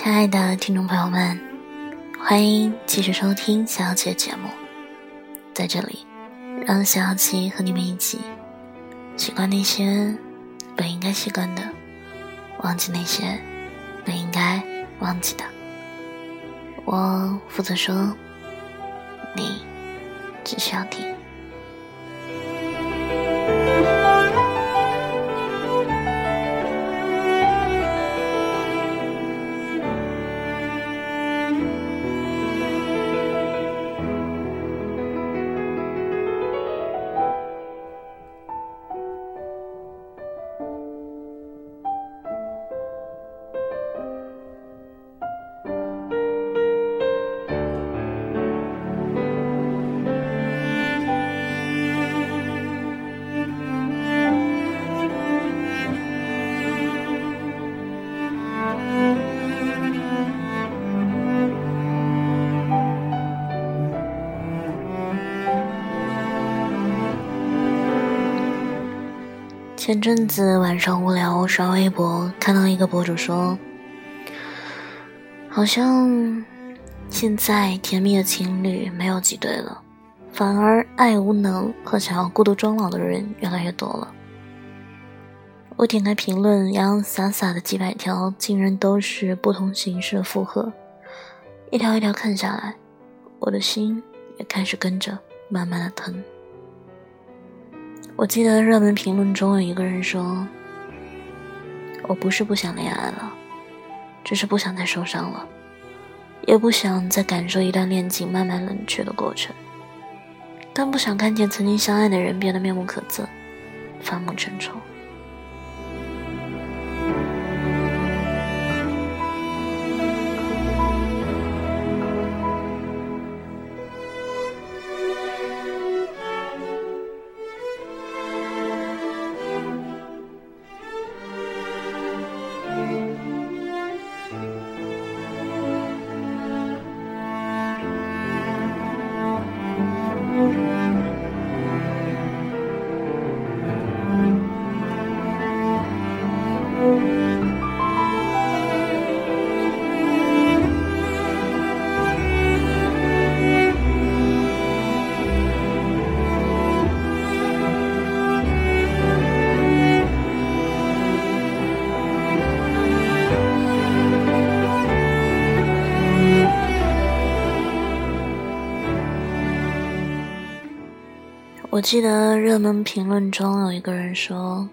亲爱的听众朋友们，欢迎继续收听小琪的节目。在这里，让小琪和你们一起习惯那些本应该习惯的，忘记那些本应该忘记的。我负责说，你只需要听。前阵子晚上无聊刷微博，看到一个博主说，好像现在甜蜜的情侣没有几对了，反而爱无能和想要孤独终老的人越来越多了。我点开评论，洋洋洒洒的几百条竟然都是不同形式的附和，一条一条看下来，我的心也开始跟着慢慢的疼。我记得热门评论中有一个人说，我不是不想恋爱了，只是不想再受伤了，也不想再感受一段恋情慢慢冷却的过程，更不想看见曾经相爱的人变得面目可憎，反目成仇。我记得热门评论中有一个人说，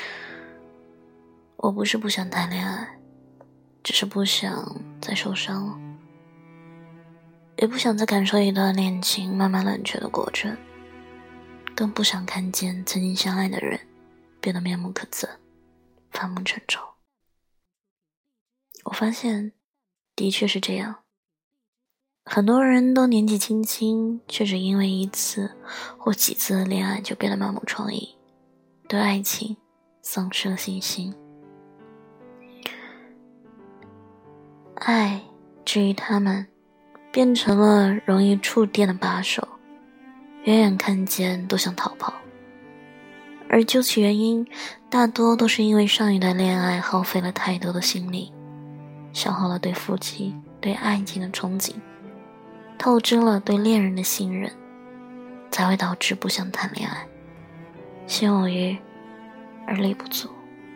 我不是不想谈恋爱，只是不想再受伤了，也不想再感受一段恋情慢慢冷却的过程，更不想看见曾经相爱的人变得面目可憎，反目成仇。我发现的确是这样，很多人都年纪轻轻，却只因为一次或几次的恋爱就变得满目疮痍，对爱情丧失了信心。爱至于他们变成了容易触电的把手，远远看见都想逃跑，而究其原因，大多都是因为上一段恋爱耗费了太多的心力，消耗了对夫妻对爱情的憧憬，透支了对恋人的信任，才会导致不想谈恋爱，心有余而力不足。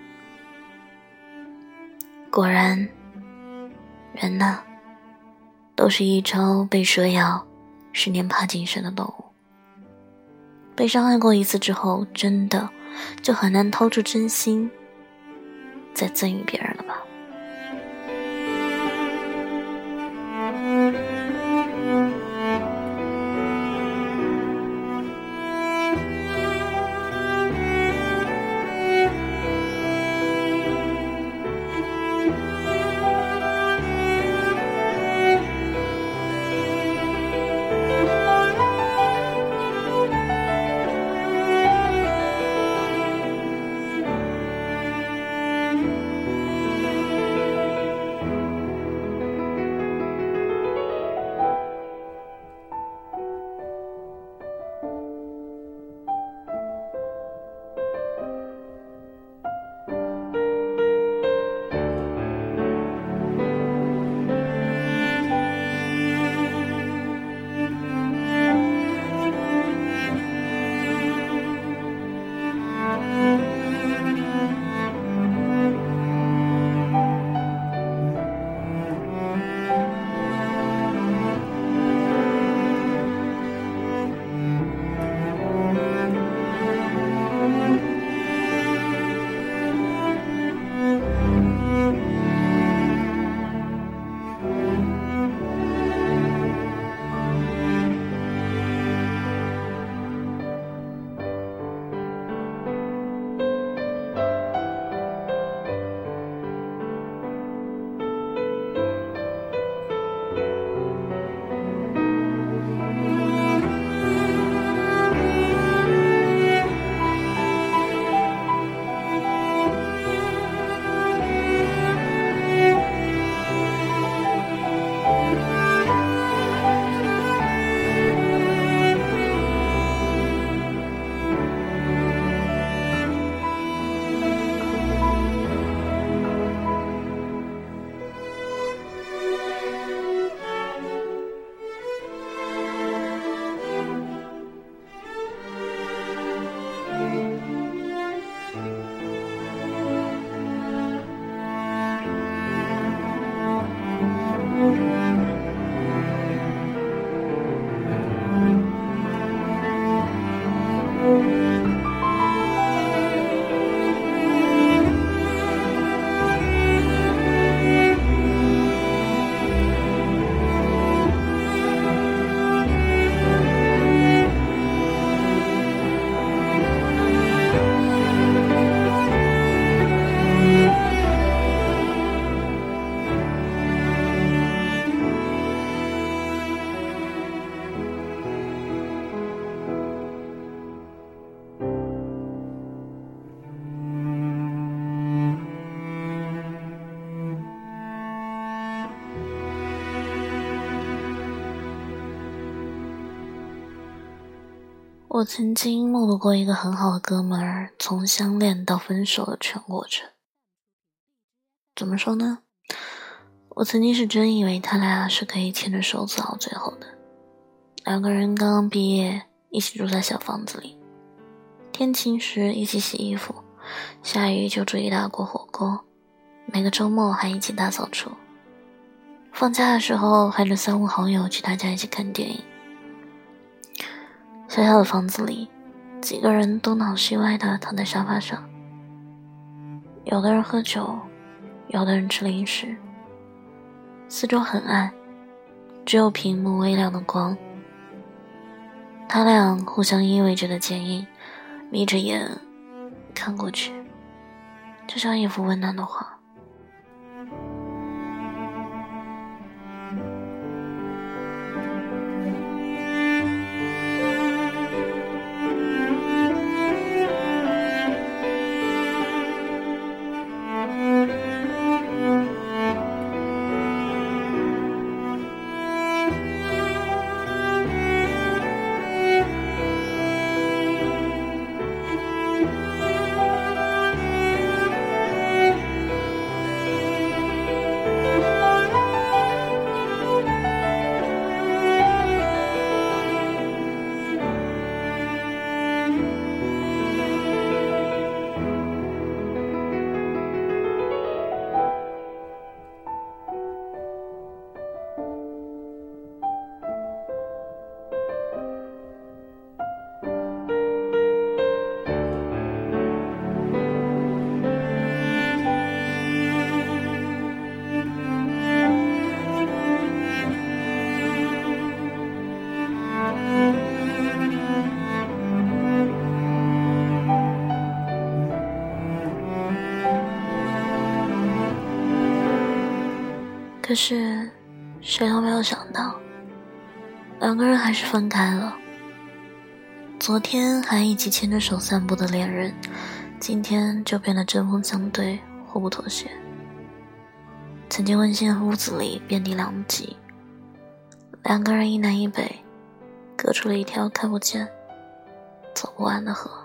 果然，人呢，都是一朝被蛇咬，10年怕井绳的动物。被伤害过一次之后，真的就很难掏出真心再赠予别人了吧。 我曾经目睹过一个很好的哥们儿从相恋到分手的全过程。怎么说呢？我曾经是真以为他俩是可以牵着手走到最后的。两个人刚刚毕业，一起住在小房子里，天晴时一起洗衣服，下雨就煮一大锅火锅，每个周末还一起大扫除。放假的时候还着三五好友去他家一起看电影。小小的房子里，几个人东倒西歪地躺在沙发上，有的人喝酒，有的人吃零食。四周很暗，只有屏幕微亮的光。他俩互相依偎着的剪影，眯着眼看过去，就像一幅温暖的画。可是谁都没有想到，两个人还是分开了。昨天还一起牵着手散步的恋人，今天就变得针锋相对，互不妥协。曾经温馨的屋子里遍地狼藉，两个人一南一北，隔出了一条看不见、走不完的河。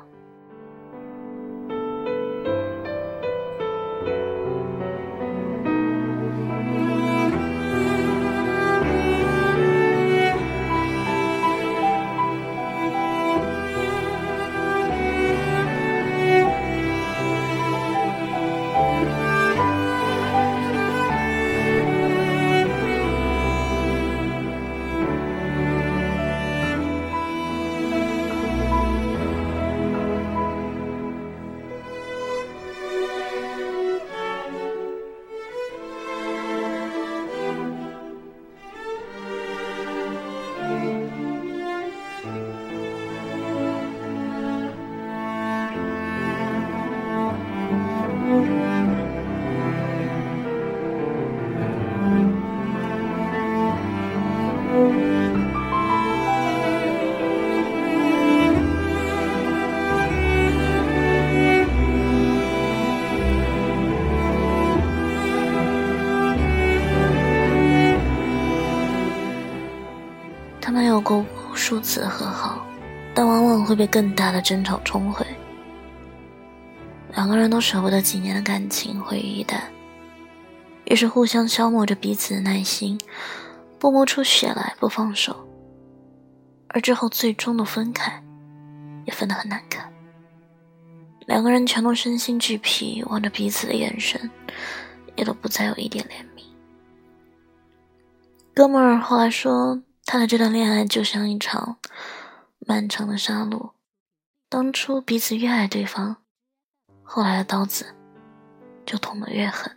他们有过无数次和好，但往往会被更大的争吵冲毁。两个人都舍不得几年的感情毁于一旦，于是互相消磨着彼此的耐心，不磨出血来不放手，而之后最终的分开也分得很难看。两个人全都身心俱疲，望着彼此的眼神也都不再有一点怜悯。哥们儿后来说，他的这段恋爱就像一场漫长的杀戮，当初彼此越爱对方，后来的刀子就捅得越狠。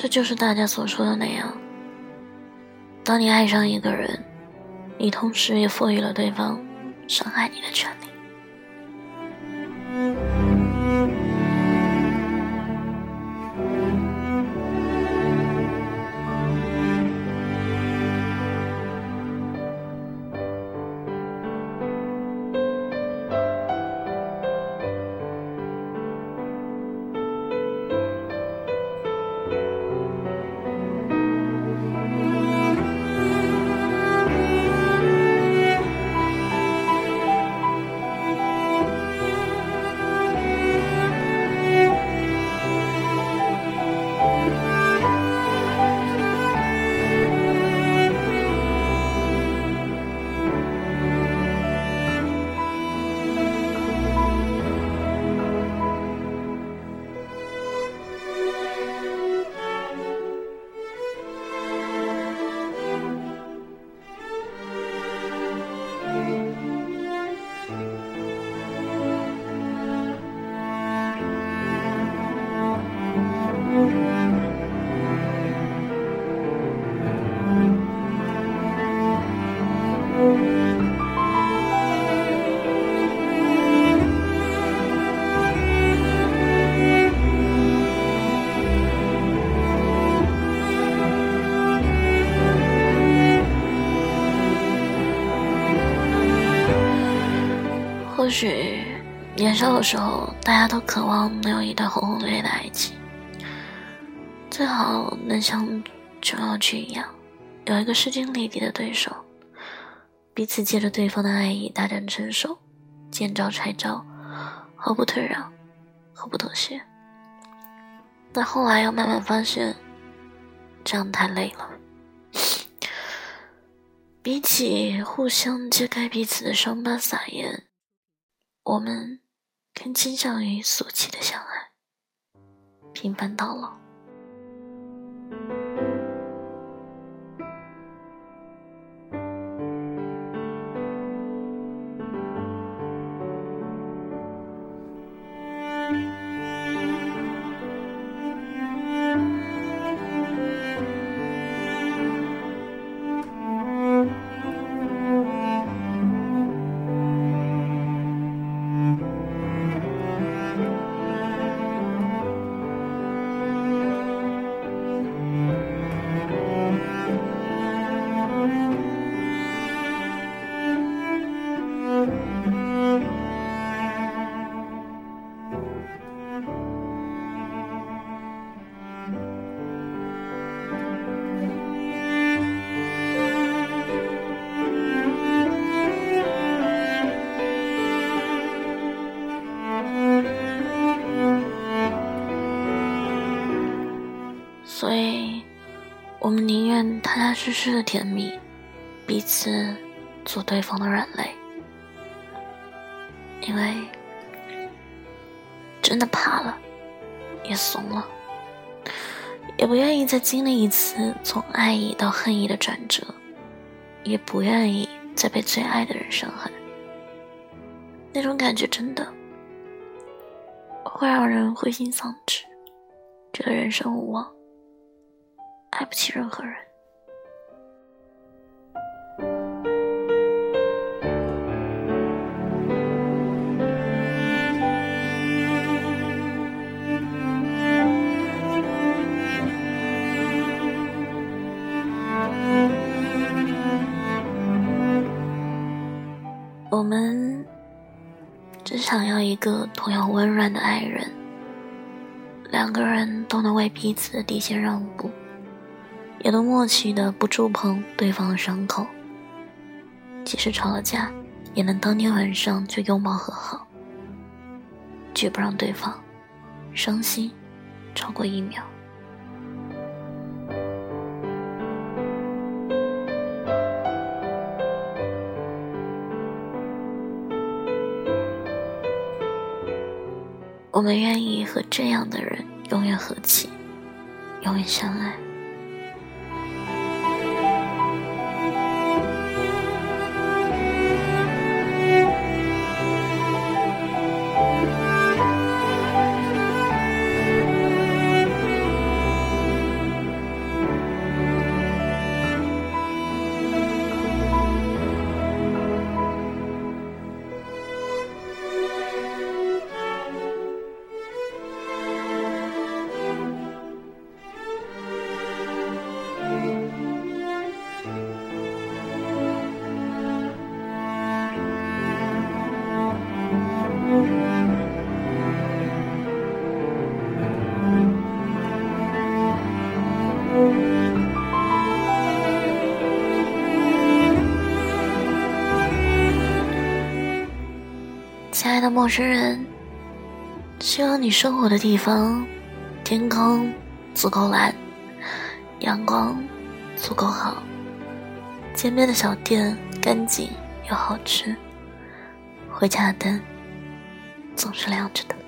这就是大家所说的那样，当你爱上一个人，你同时也赋予了对方伤害你的权利。或许年少的时候，大家都渴望能有一段轰轰烈烈的爱情，最好能像琼瑶剧一样，有一个势均力敌的对手，彼此借着对方的爱意大展身手，见招拆招，毫不退让，毫不妥协。但后来又慢慢发现，这样太累了。比起互相揭开彼此的伤疤撒盐，我们更倾向于俗气的相爱，平凡到老。所以我们宁愿踏踏实实的甜蜜，彼此做对方的软肋，因为真的怕了，也怂了，也不愿意再经历一次从爱意到恨意的转折，也不愿意再被最爱的人伤害。那种感觉真的会让人灰心丧志，觉得人生无望，爱不起任何人。我们只想要一个同样温软的爱人，两个人都能为彼此的底线让步，也都默契的不触碰对方的伤口，即使吵了架也能当天晚上就拥抱和好，绝不让对方伤心超过1秒。我们愿意和这样的人永远和气，永远相爱。 亲爱的陌生人，希望你生活的地方天空足够蓝，阳光足够好，街边的小店干净又好吃，回家的灯总是亮着的。